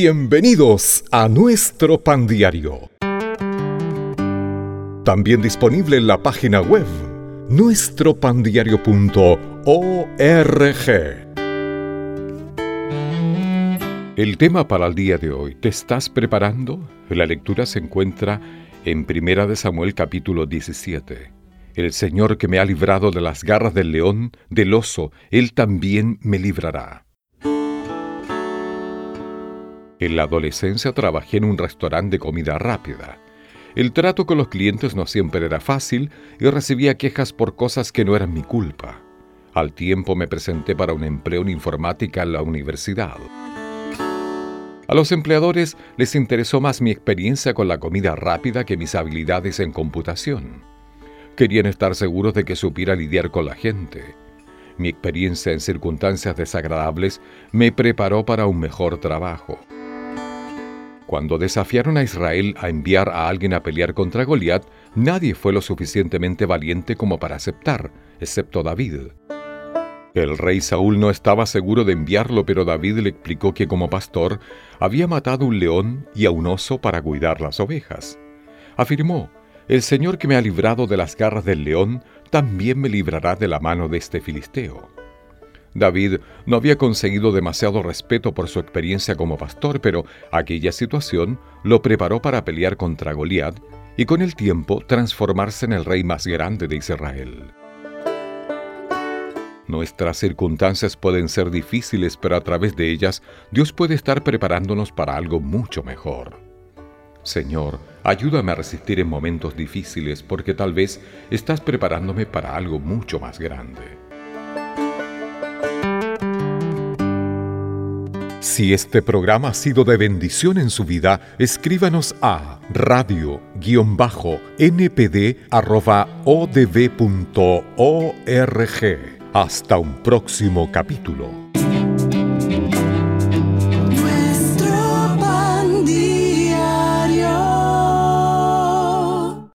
Bienvenidos a nuestro Pan Diario. También disponible en la página web nuestropandiario.org. El tema para el día de hoy, ¿te estás preparando? La lectura se encuentra en 1 Samuel capítulo 17. El Señor que me ha librado de las garras del león, del oso, Él también me librará. En la adolescencia trabajé en un restaurante de comida rápida. El trato con los clientes no siempre era fácil y recibía quejas por cosas que no eran mi culpa. Al tiempo me presenté para un empleo en informática en la universidad. A los empleadores les interesó más mi experiencia con la comida rápida que mis habilidades en computación. Querían estar seguros de que supiera lidiar con la gente. Mi experiencia en circunstancias desagradables me preparó para un mejor trabajo. Cuando desafiaron a Israel a enviar a alguien a pelear contra Goliat, nadie fue lo suficientemente valiente como para aceptar, excepto David. El rey Saúl no estaba seguro de enviarlo, pero David le explicó que como pastor había matado un león y a un oso para cuidar las ovejas. Afirmó: «El Señor que me ha librado de las garras del león, también me librará de la mano de este filisteo». David no había conseguido demasiado respeto por su experiencia como pastor, pero aquella situación lo preparó para pelear contra Goliat y con el tiempo transformarse en el rey más grande de Israel. Nuestras circunstancias pueden ser difíciles, pero a través de ellas Dios puede estar preparándonos para algo mucho mejor. Señor, ayúdame a resistir en momentos difíciles, porque tal vez estás preparándome para algo mucho más grande. Si este programa ha sido de bendición en su vida, escríbanos a radio-npd@odb.org. Hasta un próximo capítulo.